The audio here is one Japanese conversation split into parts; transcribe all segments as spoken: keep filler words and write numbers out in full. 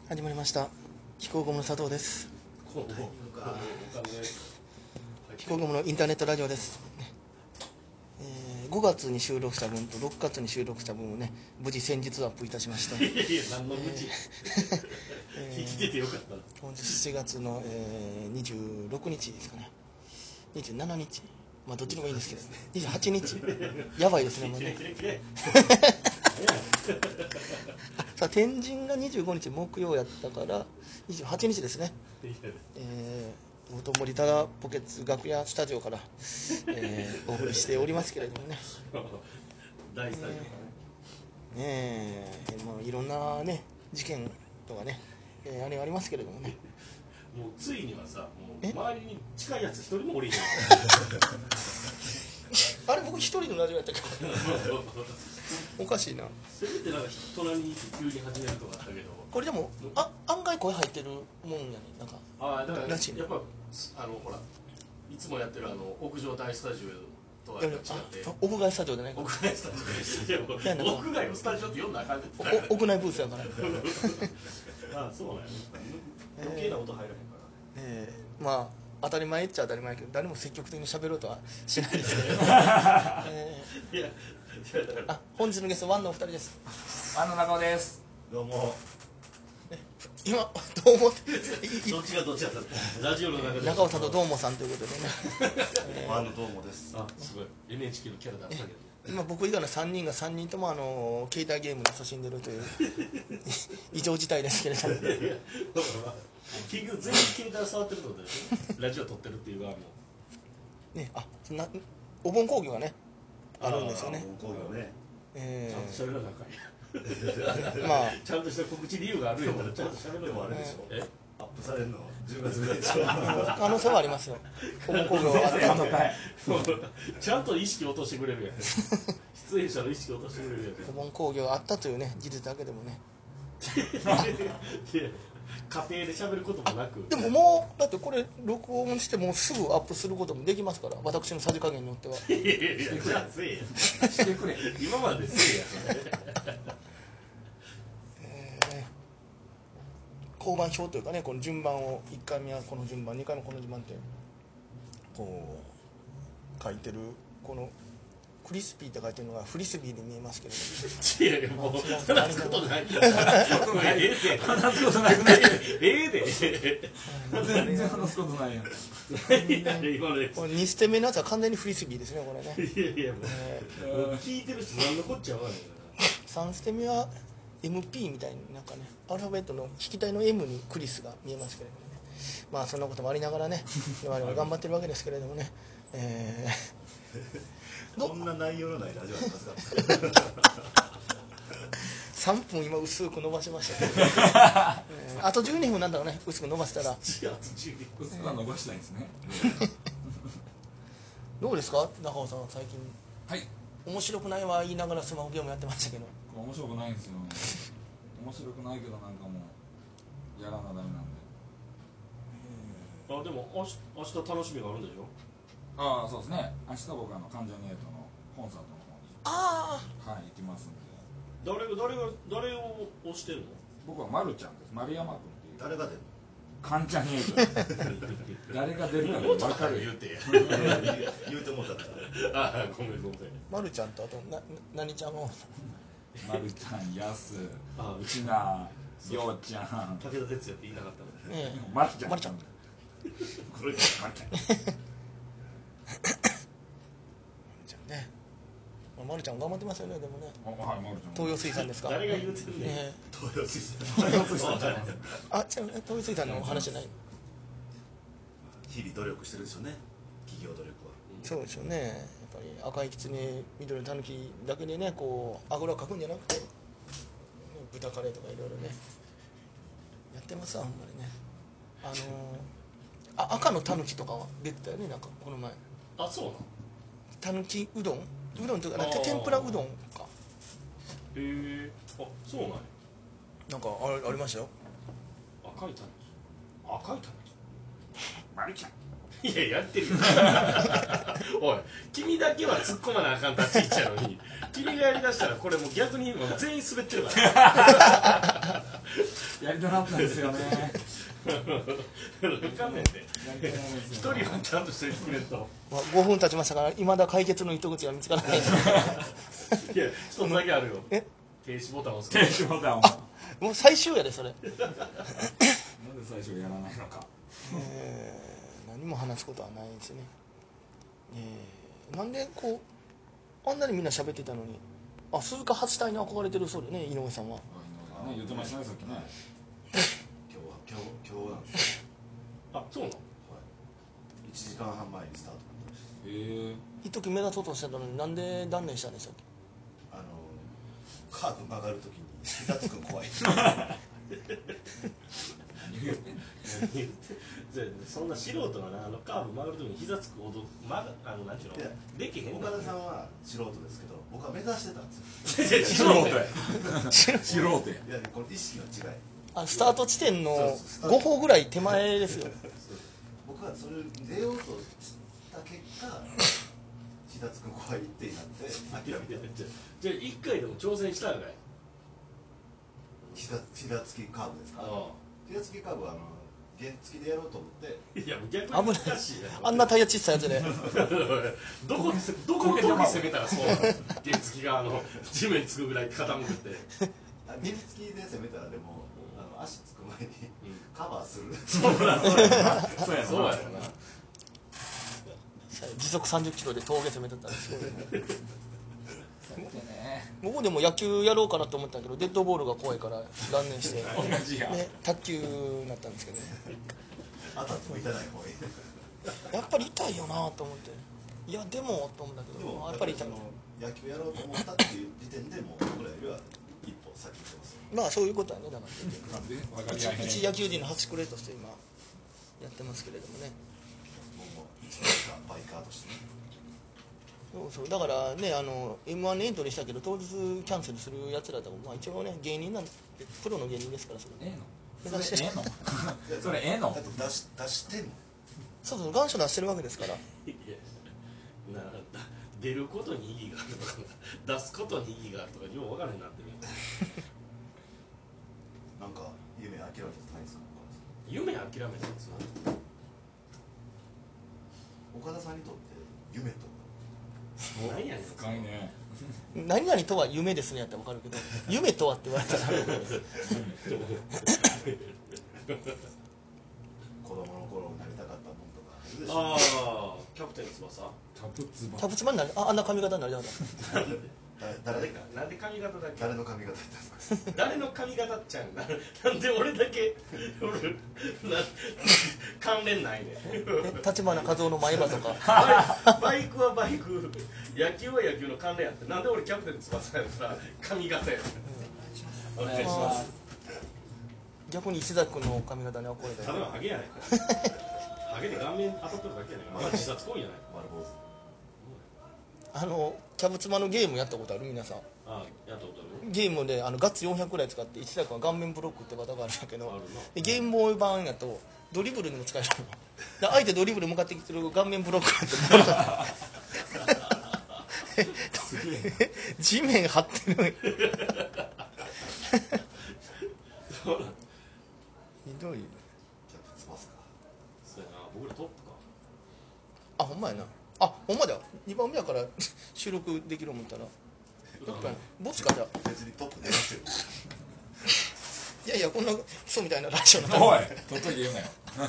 始まりました。飛行ゴムの佐藤です。飛行ゴムのインターネットラジオです、えー、ごがつに収録した分とろくがつに収録した分をね、無事先日アップいたしました。いやいや何の無事、えー、生きててよかったな。本日しちがつの、えー、にじゅうろくにちですかね、にじゅうしちにち、まあどっちでもいいんですけど、にじゅうはちにちやばいですね、もうねさあ天神がにじゅうごにち木曜やったからにじゅうはちにちですね、えー、元森忠ポケツ楽屋スタジオから、えー、お送りしておりますけれどもね大スタジオねえー、ねもういろんなね事件とかね、えー、あれありますけれどもね、 もうついにはさ、もう周りに近いやつ一人もおりへんあれ僕一人のラジオやったっけおかしいな。 せめてなんか隣に急に始めるとかあったけど、 これでもあ案外声入ってるもんやね、なんかあだかららしいね。 やっぱあのほらいつもやってるあの屋上大スタジオとは違って屋外スタジオでね、 屋外スタジオいや屋外のスタジオって読んだらあかんねん。 屋内ブースやからあそうなんやね、余計な音入らへんからね。 えー、まあ当たり前っちゃ当たり前やけど誰も積極的に喋ろうとはしないですけど、えー、いやあ本日のゲストワンのお二人です。 ワンの中尾です。 どうも。 今どう思ってどっちがどっちだったラジオの中で中尾さんとどうもさんということでねワンのどうもです。 あすごい エヌエイチケー のキャラだったけど、 今僕以外のさんにんがさんにんともあの携帯ゲームに勤しんでるという異常事態ですけれども結局全員携帯触ってるってことでしょラジオ撮ってるっていう側もね、あなお盆興行がねあるんですよね。 お盆興行ね、 えー、 ちゃんと喋らなあかんやまあちゃんとした告知理由があるよ。ちゃんと喋るでもあれでしょ、 えアップされるのじゅうがつぐらいでしょ可能性はありますよ。お盆興行あったのかいちゃんと意識落としてくれるやん出演者の意識落としてくれるやんお盆興行あったというね事実だけでもね家庭で喋ることもなく、 でももうだってこれ録音してもうすぐアップすることもできますから、私のさじ加減によっては。 いやいやいやじゃあせえやしてくれ今までせえやそれえー、交番表というかね、この順番をいっかいめはこの順番にかいめこの順番ってこう書いてる、このクリスピーって書いてるのがフリスビーに見えますけれども、いやいやもう話すことないよええで話すことないええで全然話すことないやんこれに捨て目のやつは完全にフリスビーですね、これね。 いやいやもう、えー、もう聞いてる人何のこっちゃわからないからさん捨て目は エムピー みたいになんかね、アルファベットの引き体の M にクリスが見えますけれどもね、まあそんなこともありながらね我々は頑張ってるわけですけれどもね、えー、こんな内容のないラジオありますかさんぷん今薄く伸ばしましたけど、えー、あとじゅうにふんなんだろうね、薄く伸ばしたら。 薄くは伸ばしたいんですねどうですか中尾さんは最近。 はい面白くないは言いながらスマホゲームやってましたけど。 面白くないんですよ面白くないけどなんかもうやらなダメなんで。 あでも明日、明日楽しみがあるんでしょ。 ああそうですね、明日僕あの関ジャニエイトのコンサートの方にああはい行きますんで。 誰が誰が誰を推してるの。 僕は丸ちゃんです、丸山君っていう。 誰が出るの関ジャニエイト誰が出るか分かる言うてや言うてもうたあごめんごめん。 まるちゃんとあとな何ちゃんも丸ちゃん、やす、うちな、ようちゃん、 武田鉄矢って言いなかったのねえまるちゃん、 まるちゃんこれまるちゃんじゃあね、まるちゃん頑張ってますよね。でもね、 はいまるちゃん東洋水産ですか。 誰が言うてるんねん、 え東洋水産ー、東洋水産あ、違うね、東洋水産の話じゃない。 日々努力してるでしょうね、企業努力は。 そうですよね。やっぱり赤いきつね、緑のたぬきだけでね、こうあぐらかくんじゃなくて、豚カレーとかいろいろねやってますわ、ほんまにね。あのー、あ赤のたぬきとかは出てたよね、なんかこの前。 あそうなの。 たぬきうどんうどんというかな、天ぷらうどんか。 へえあそうなんや。 なんかあれありましたよ。 赤いたぬき赤いたぬきまるちゃんいややってるよおい君だけは突っ込まなあかん立ち位置やのに君がやりだしたらこれもう逆にもう全員滑ってるからやりりたなったんですよね分かんないんで一人はちゃんとしてくれると、 まあ、ごふん経ちましたからいまだ解決の糸口が見つからないいや一つだけあるよ、 え停止ボタンを押す停止ボタンをもう最終やでそれ、 なんで最初やらないのか、 えー、何も話すことはないですね、えー、なんでこうあんなにみんな喋ってたのに、あ鈴鹿八体に憧れてるそうでね井上さんは、 ね、言ってましたねさっきね今日は今日今日なんですよ。 あそうなの、 いちじかんはん前にスタートになってました。 へえ一時目立とうとしてたのになんで断念したんでしたっけ。 あのカーブ曲がるときに膝つくの怖いそんな素人がなあのカーブ曲がるときに膝つくほど、ま、あのなんちゅうのいやできへん岡田さんは素人ですけど僕は目指してたんですよ。 素人や素人やいやこの意識の違い、 あスタート地点のそうそうご歩ぐらい手前ですよ僕はそれに出ようとした結果膝つくの怖いってなって諦めてじゃあ一回でも挑戦したらない膝膝つきカーブですか。膝つきカーブはあの原付でやろうと思っていや逆に危ない難しいやあんなタイヤ小さいやつでどこどこの時攻めたらそうなの原付があの地面につくぐらい傾くってあ原付で攻めたらでもあの足つく前にカバーする、 そうなんそうやそうやそうやな時速さんじゅっキロで峠攻めてたらすごいねね僕でも野球やろうかなと思ったけどデッドボールが怖いから断念して、 同じや、 ね、卓球になったんですけどね当たっても痛ない方がいい。 やっぱり痛いよなと思っていやでもと思ったけどでもやっぱり痛いその野球やろうと思ったっていう時点でもう僕らよりは一歩先行ってます。 まあそういうことはねだからなんで分かり合えへん一野球人の端くれとして今やってますけれどもね僕も一バイカーバイカーとしてね。 そうそうだからねあの エムワン にエントリーしたけど当日キャンセルするやつらでも、まあ、一応ね芸人なんてプロの芸人ですからそれええのそれええのそれええのだって出し出してんの。 そうそう願書出してるわけですからいやなだ出ることに意義があるとか出すことに意義があるとかよう分からへんなってるなんか夢諦めてないですか。 夢諦めたんですよ岡田さんにとって夢と何やねん深いね何々とは夢ですねやったら分かるけど夢とはって言われたら子供の頃なりたかったもんとかあるでしょ。 ああキャプテン翼キャプツバキャプツバになり あ, あんな髪型になりたかった誰誰なんで髪型だけ誰の髪型やったんですか。 誰の髪型っちゃうんだなんで俺だけ俺な関連ないね立花和夫の前歯とかバイバイクはバイク野球は野球の関連やってなんで俺キャプテン翼やったら髪型やお願いします逆に石崎君の髪型に憧れたただのハゲやないかハゲで顔面当たってるだけやないかまだ自殺行為やない丸坊主。 あのキャブツマのゲームやったことある皆さんああやったことあるゲームであのガッツよんひゃくぐらい使って石崎君は顔面ブロックって技があるんだけどあるなでゲームボーイ版やとドリブルにも使えるので相手ドリブル向かってきてる顔面ブロックってボールが地面張ってるそうなんひどいキャプツバスか。 そうやな僕らトップかあほんまやなあほんまだにばんめやから収録できる思ったらトップやなボツかじゃあ別にトップ出ますよ。 いやいやこんなクソみたいなラジオのおい取っといて言うなよ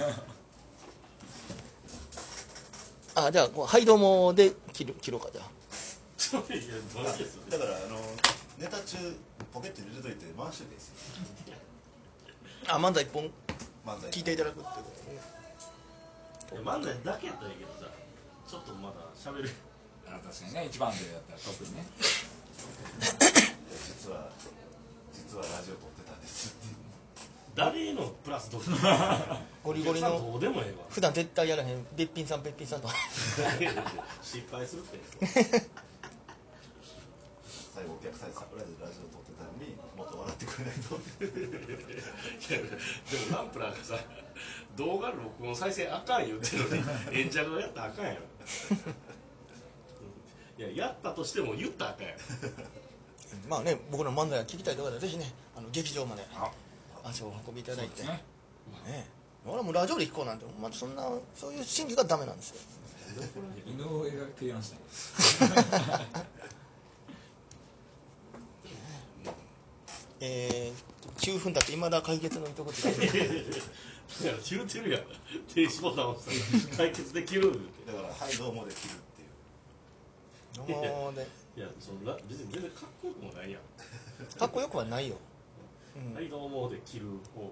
あじゃあこうはいどうもで切る切ろうかじゃあそういやどういうですだからあのネタ中ポケットに入れといて回しといていいですよ。 あ漫才一本漫才聞いていただくっていうことね漫才だけやったらいいけどさちょっとまだ喋るあ確かにね一番でやったら特にね実は実はラジオ撮ってたんですっていう。 誰へのプラスどうゴリゴリのお客さんどうでもええわ普段絶対やらへんべっぴんさんべっぴんさんと失敗するって最後お客さんにサプライズでラジオ撮ってたのにもっと笑ってくれないと。 いやでもランプラーがさ動画録音再生あかん言うてるのに演者がやったらあかんやろいややったとしても言ったらあかんやろまあね僕の漫才が聞きたいところでぜひねあの劇場までああ足をお運びいただいて、 そうですねね、俺はもうラジオで聞こうなんて、まあ、そんなそういう心理がダメなんですよ。 井上が提案したえー、きゅうふん経っていまだ解決の糸口がない。 いや言うてるやん、停止ボタン押したら解決できるって。 だからはいどうもできるっていう。 もうね、 いやそんな別に全然かっこよくもないやん。 かっこよくはないよ、うん、 はいどうもできる方。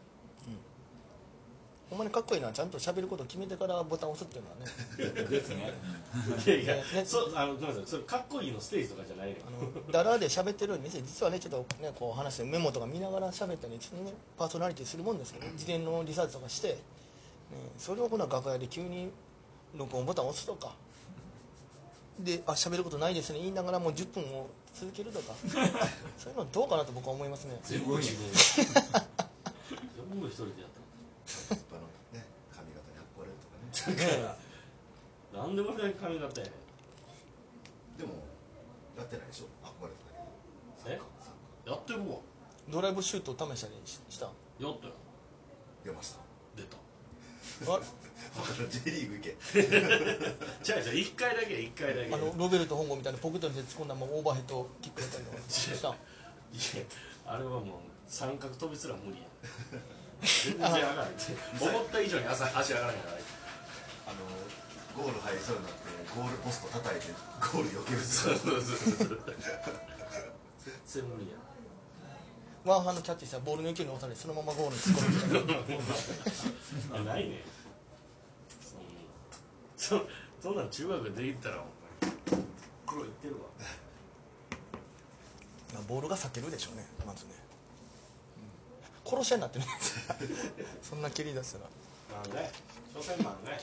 ほんまにかっこいいのはちゃんと喋ることを決めてからボタンを押すっていうのはね。 ですね。 いやいや、 ねそあのごめんなさい、それかっこいいのステージとかじゃないのよ。 あのダラで喋ってるように見せて、実はねちょっとねこう話してメモとか見ながら喋ったり、ね、パーソナリティするもんですけど、ね、事前のリサーチとかして、ね、それをこの楽屋で急に録音ボタンを押すとかで、あ喋ることないですね言いながらもうじゅっぷんを続けるとかそういうのどうかなと僕は思いますね。 全部自分全部一人でやったやっぱのね髪型に憧れるとかね。 だからなんで俺だけ髪型やねん。 でもやってないでしょ、憧れただけで。 えやってるわ。 ドライブシュートを試したりしたやったよ。 出ました。 出た。 あ J リーグ行け。 じゃあじゃあ一回だけ一回だけ。 あのロベルト本郷みたいなポケットに手突っ込んだままオーバーヘッドキックやったりとかした。 いやあれはもう三角飛びすら無理や。全然上がらない。思った以上に足足上がらないから。 あのゴール入りそうになってゴールポスト叩いてゴール避ける。 そうそうそう全然無理や。 ワンハンドキャッチしたらボールの勢いに押されてそのままゴールに突っ込むみたいな。 ないね。そんそそんなん中学で行ったらプロ行ってるわ。 まあボールが避けるでしょうね、まずね、うん、殺し屋になってるんですよそんな蹴り出したら。 漫画や所詮漫画や。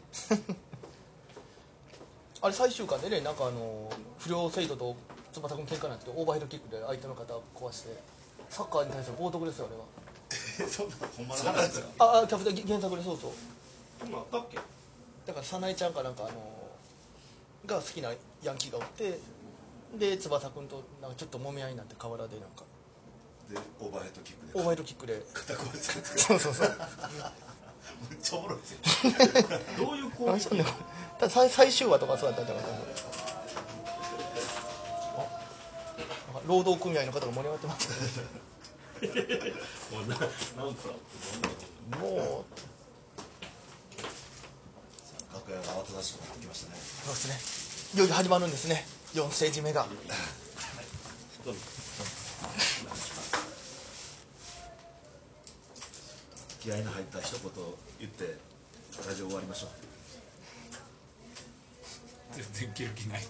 あれ最終回でね、なんかあの不良生徒と翼くん喧嘩になってオーバーヘッドキックで相手の肩を壊して、サッカーに対する冒涜ですよあれは。 そんなほんまの話ですか。 ああキャプテン原作でそうそう。 そんなんあったっけ。 だから早苗ちゃんかなんかあのが好きなヤンキーがおって、で翼くんとなんかちょっと揉み合いになって河原でなんかでオーバーヘッドキックでオーバーヘッドキックで肩壊すんですか。 そうそうそうめっちゃおもろいですよ。 どういう攻撃。 何しとんねんただ最最終話とかそうだったんだから、あ労働組合の方が盛り上がってますけどもうななんかもう楽屋が慌ただしくなってきましたね。 そうですね、いよいよ始まるんですね、よんステージ目が。 気合いの入った一言言ってラジオ終わりましょう。 全然蹴る気ない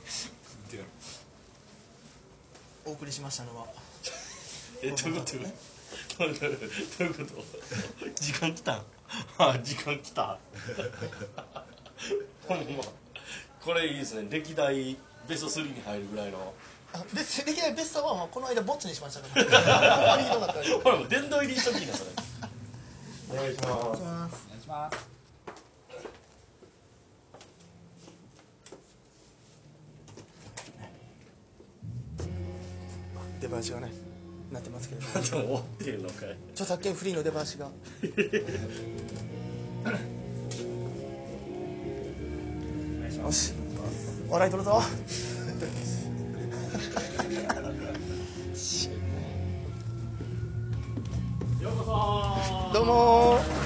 お送りしましたのはえどういうことどういうこと時間来たんあ時間来たほんまこれいいですね、歴代ベストスリーに入るぐらいの。 あで歴代ベストワンはこの間ボツにしましたけどほんまにひどかったですほらもう殿堂入りしときなそれ。お願いします。 お願いしますお願いします。 出囃子がねなってますけれども、 でも終わってんのかい。 著作権フリーの出囃子がよし笑い取るぞようこそー。 どうもー。